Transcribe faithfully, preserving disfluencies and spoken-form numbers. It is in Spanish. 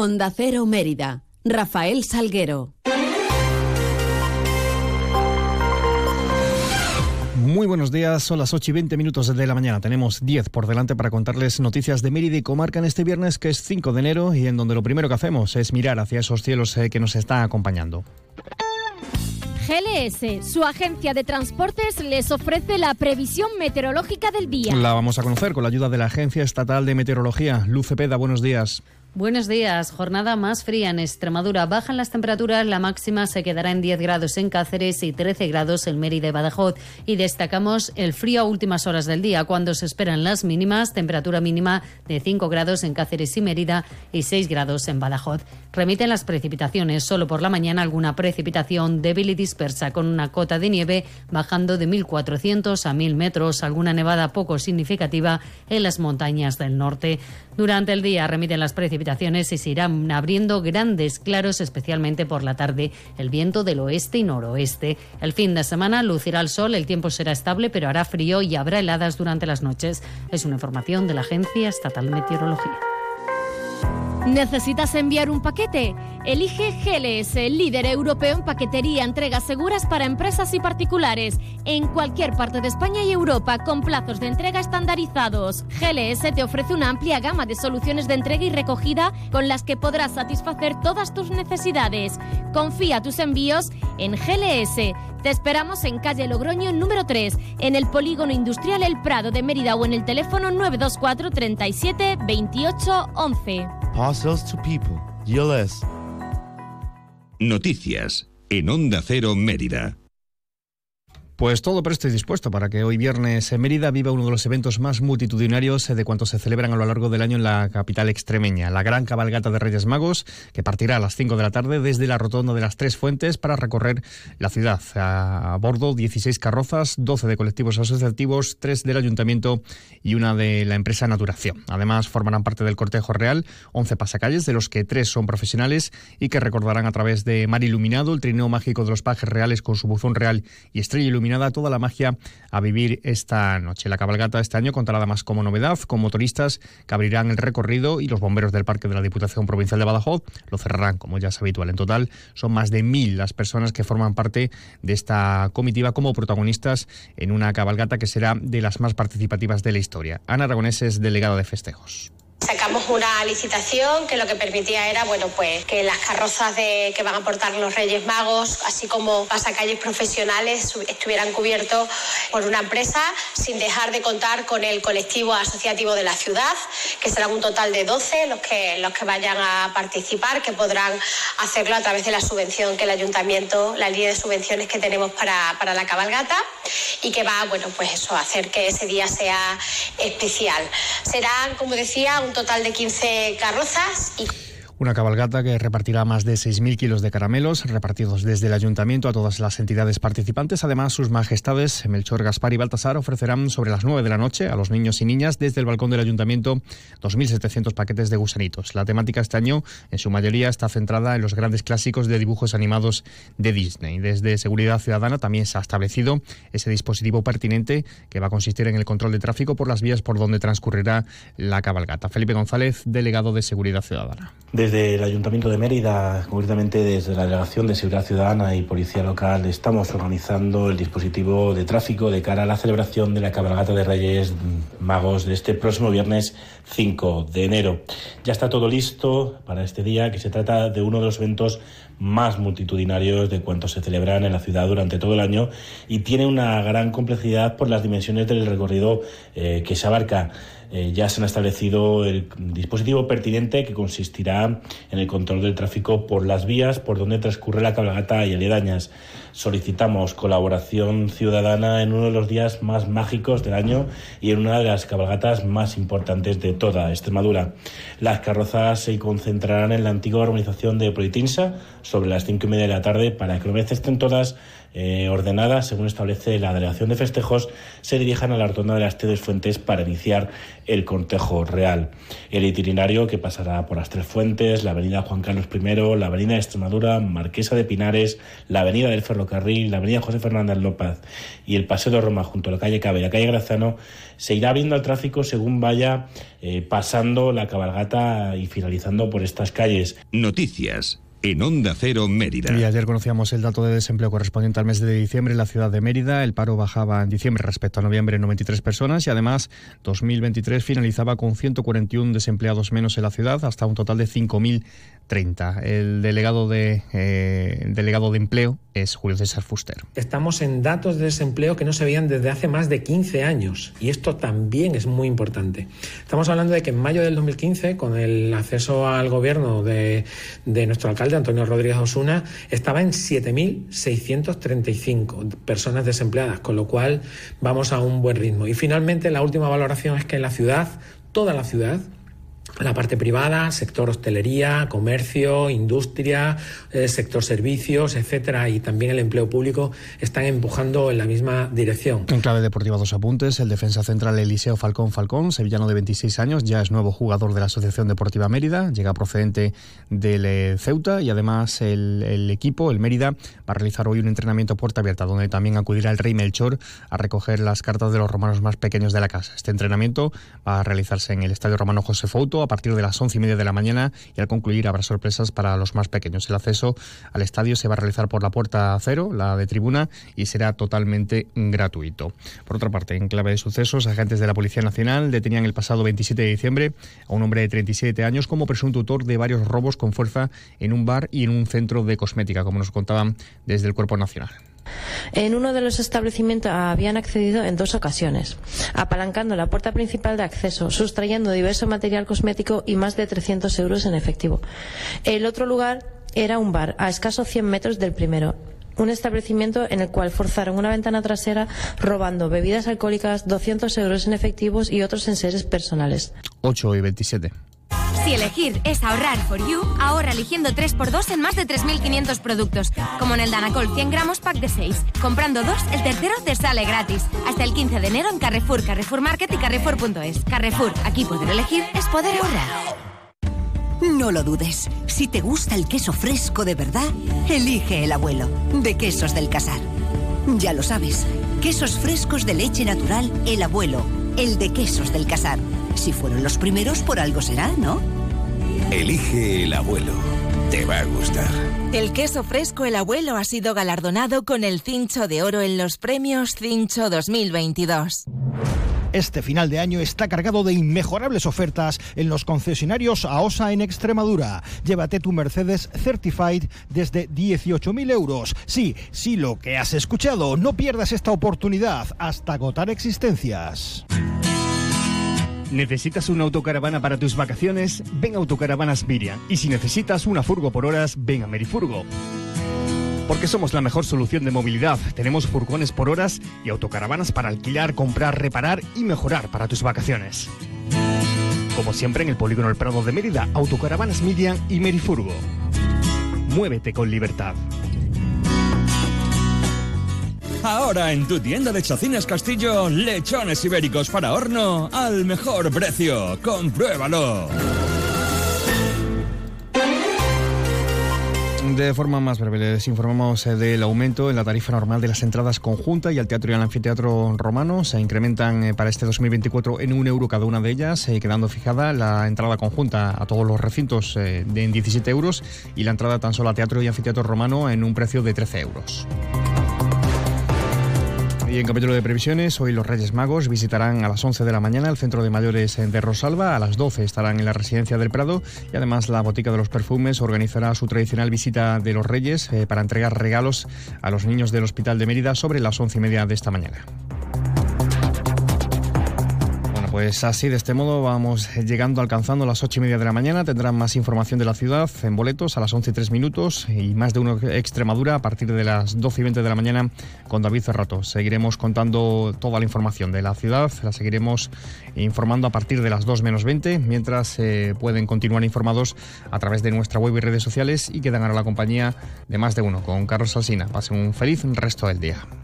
Onda Cero Mérida. Rafael Salguero. Muy buenos días, son las ocho y veinte minutos de la mañana. Tenemos diez por delante para contarles noticias de Mérida y comarca en este viernes, que es cinco de enero, y en donde lo primero que hacemos es mirar hacia esos cielos que nos están acompañando. G L S, su agencia de transportes, les ofrece la previsión meteorológica del día. La vamos a conocer con la ayuda de la Agencia Estatal de Meteorología. Luz Cepeda, buenos días. Buenos días. Jornada más fría en Extremadura. Bajan las temperaturas, la máxima se quedará en diez grados en Cáceres y trece grados en Mérida y Badajoz. Y destacamos el frío a últimas horas del día, cuando se esperan las mínimas, temperatura mínima de cinco grados en Cáceres y Mérida y seis grados en Badajoz. Remiten las precipitaciones, solo por la mañana alguna precipitación débil y dispersa, con una cota de nieve bajando de mil cuatrocientos a mil metros, alguna nevada poco significativa en las montañas del norte. Durante el día remiten las precipitaciones y se irán abriendo grandes claros, especialmente por la tarde. El viento del oeste y noroeste. El fin de semana lucirá el sol, el tiempo será estable, pero hará frío y habrá heladas durante las noches. Es una información de la Agencia Estatal de Meteorología. ¿Necesitas enviar un paquete? Elige G L S, líder europeo en paquetería, entregas seguras para empresas y particulares, en cualquier parte de España y Europa, con plazos de entrega estandarizados. G L S te ofrece una amplia gama de soluciones de entrega y recogida con las que podrás satisfacer todas tus necesidades. Confía tus envíos en G L S. Te esperamos en calle Logroño número tres, en el Polígono Industrial El Prado de Mérida, o en el teléfono nueve dos cuatro, treinta y siete, veintiocho, once. Parcels to people. G L S. Noticias en Onda Cero Mérida. Pues todo presto y dispuesto para que hoy viernes en Mérida viva uno de los eventos más multitudinarios de cuantos se celebran a lo largo del año en la capital extremeña. La gran cabalgata de Reyes Magos, que partirá a las cinco de la tarde desde la rotonda de las Tres Fuentes para recorrer la ciudad. A bordo dieciséis carrozas, doce de colectivos asociativos, tres del ayuntamiento y una de la empresa Naturación. Además formarán parte del cortejo real once pasacalles, de los que tres son profesionales y que recordarán a través de mar iluminado el trineo mágico de los pajes reales con su buzón real y estrella iluminada, toda la magia a vivir esta noche. La cabalgata este año contará además como novedad con motoristas que abrirán el recorrido, y los bomberos del Parque de la Diputación Provincial de Badajoz lo cerrarán, como ya es habitual. En total son más de mil las personas que forman parte de esta comitiva como protagonistas en una cabalgata que será de las más participativas de la historia. Ana Aragonés es delegada de festejos. Sacamos una licitación que lo que permitía era, bueno, pues que las carrozas de, que van a aportar los Reyes Magos, así como pasacalles profesionales, estuvieran cubiertos por una empresa, sin dejar de contar con el colectivo asociativo de la ciudad, que serán un total de doce los que, los que vayan a participar, que podrán hacerlo a través de la subvención que el ayuntamiento, la línea de subvenciones que tenemos para, para la cabalgata, y que va, bueno, pues eso, a hacer que ese día sea especial. Serán, como decía, un total de quince carrozas y... Una cabalgata que repartirá más de seis mil kilos de caramelos, repartidos desde el ayuntamiento a todas las entidades participantes. Además, sus majestades Melchor, Gaspar y Baltasar ofrecerán sobre las nueve de la noche a los niños y niñas desde el balcón del ayuntamiento dos mil setecientos paquetes de gusanitos. La temática este año, en su mayoría, está centrada en los grandes clásicos de dibujos animados de Disney. Desde Seguridad Ciudadana también se ha establecido ese dispositivo pertinente que va a consistir en el control de tráfico por las vías por donde transcurrirá la cabalgata. Felipe González, delegado de Seguridad Ciudadana. Desde el Ayuntamiento de Mérida, concretamente desde la Delegación de Seguridad Ciudadana y Policía Local, estamos organizando el dispositivo de tráfico de cara a la celebración de la cabalgata de Reyes Magos de este próximo viernes cinco de enero. Ya está todo listo para este día, que se trata de uno de los eventos más multitudinarios de cuantos se celebran en la ciudad durante todo el año, y tiene una gran complejidad por las dimensiones del recorrido eh, que se abarca. Eh, ya se han establecido el dispositivo pertinente, que consistirá en el control del tráfico por las vías por donde transcurre la cabalgata y aledañas. Solicitamos colaboración ciudadana en uno de los días más mágicos del año y en una de las cabalgatas más importantes de toda Extremadura. Las carrozas se concentrarán en la antigua urbanización de Politinsa sobre las cinco y media de la tarde, para que una vez estén todas eh, ordenadas, según establece la Delegación de Festejos, se dirijan a la rotonda de las Tres Fuentes para iniciar el cortejo real. El itinerario, que pasará por las Tres Fuentes, la avenida Juan Carlos primero, la avenida de Extremadura, Marquesa de Pinares, la avenida del Ferrocarril ferrocarril, la avenida José Fernández López y el Paseo de Roma junto a la calle Cava y la calle Grazano, se irá abriendo al tráfico según vaya eh, pasando la cabalgata y finalizando por estas calles. Noticias en Onda Cero Mérida. Y ayer conocíamos el dato de desempleo correspondiente al mes de diciembre en la ciudad de Mérida. El paro bajaba en diciembre respecto a noviembre en noventa y tres personas y además dos mil veintitrés finalizaba con ciento cuarenta y uno desempleados menos en la ciudad, hasta un total de cinco mil treinta. El delegado de, eh, el delegado de empleo es Julio César Fuster. Estamos en datos de desempleo que no se veían desde hace más de quince años y esto también es muy importante. Estamos hablando de que en mayo del dos mil quince, con el acceso al gobierno de, de nuestro alcalde Antonio Rodríguez Osuna, estaba en siete mil seiscientos treinta y cinco personas desempleadas, con lo cual vamos a un buen ritmo. Y finalmente la última valoración es que en la ciudad, toda la ciudad, la parte privada, sector hostelería, comercio, industria, eh, sector servicios, etcétera, y también el empleo público están empujando en la misma dirección. En clave deportiva, dos apuntes. El defensa central Eliseo Falcón Falcón, sevillano de veintiséis años, ya es nuevo jugador de la Asociación Deportiva Mérida, llega procedente del eh, Ceuta y además el, el equipo, el Mérida, va a realizar hoy un entrenamiento a puerta abierta donde también acudirá el Rey Melchor a recoger las cartas de los romanos más pequeños de la casa. Este entrenamiento va a realizarse en el Estadio Romano José Fouto a partir de las once y media de la mañana y al concluir habrá sorpresas para los más pequeños. El acceso al estadio se va a realizar por la puerta cero, la de tribuna, y será totalmente gratuito. Por otra parte, en clave de sucesos, agentes de la Policía Nacional detenían el pasado veintisiete de diciembre a un hombre de treinta y siete años como presunto autor de varios robos con fuerza en un bar y en un centro de cosmética, como nos contaban desde el Cuerpo Nacional. En uno de los establecimientos habían accedido en dos ocasiones, apalancando la puerta principal de acceso, sustrayendo diverso material cosmético y más de trescientos euros en efectivo. El otro lugar era un bar, a escasos cien metros del primero. Un establecimiento en el cual forzaron una ventana trasera robando bebidas alcohólicas, doscientos euros en efectivos y otros enseres personales. ocho y veintisiete. Si elegir es ahorrar for you, ahorra eligiendo tres por dos en más de tres mil quinientos productos, como en el Danacol cien gramos pack de seis. Comprando dos, el tercero te sale gratis. Hasta el quince de enero en Carrefour, Carrefour Market y Carrefour punto es. Carrefour, aquí poder elegir es poder ahorrar. No lo dudes. Si te gusta el queso fresco de verdad, elige El Abuelo, de Quesos del Casar. Ya lo sabes, quesos frescos de leche natural El Abuelo, el de Quesos del Casar. Si fueron los primeros, por algo será, ¿no? Elige El Abuelo. Te va a gustar. El queso fresco El Abuelo ha sido galardonado con el Cincho de Oro en los premios Cincho dos mil veintidós. Este final de año está cargado de inmejorables ofertas en los concesionarios AOSA en Extremadura. Llévate tu Mercedes Certified desde dieciocho mil euros. Sí, sí, lo que has escuchado. No pierdas esta oportunidad hasta agotar existencias. ¿Necesitas una autocaravana para tus vacaciones? Ven a Autocaravanas Miriam. Y si necesitas una furgo por horas, ven a Merifurgo. Porque somos la mejor solución de movilidad. Tenemos furgones por horas y autocaravanas para alquilar, comprar, reparar y mejorar para tus vacaciones. Como siempre en el Polígono El Prado de Mérida, Autocaravanas Miriam y Merifurgo. Muévete con libertad. Ahora en tu tienda de Chacinas Castillo, lechones ibéricos para horno al mejor precio. ¡Compruébalo! De forma más breve, les informamos del aumento en la tarifa normal de las entradas conjunta y al teatro y al anfiteatro romano. Se incrementan para este dos mil veinticuatro en un euro cada una de ellas, eh, quedando fijada la entrada conjunta a todos los recintos eh, de en diecisiete euros y la entrada tan solo a teatro y anfiteatro romano en un precio de trece euros. Y en capítulo de previsiones, hoy los Reyes Magos visitarán a las once de la mañana el Centro de Mayores de Rosalba, a las doce estarán en la Residencia del Prado y además la Botica de los Perfumes organizará su tradicional visita de los Reyes eh, para entregar regalos a los niños del Hospital de Mérida sobre las once y media de esta mañana. Pues así, de este modo, vamos llegando, alcanzando las ocho y media de la mañana. Tendrán más información de la ciudad en boletos a las once y tres minutos y más de uno Extremadura a partir de las doce y veinte de la mañana con David Cerrato. Seguiremos contando toda la información de la ciudad, la seguiremos informando a partir de las dos menos veinte, mientras eh, pueden continuar informados a través de nuestra web y redes sociales y quedan ahora la compañía de Más de Uno con Carlos Alsina. Pasen un feliz resto del día.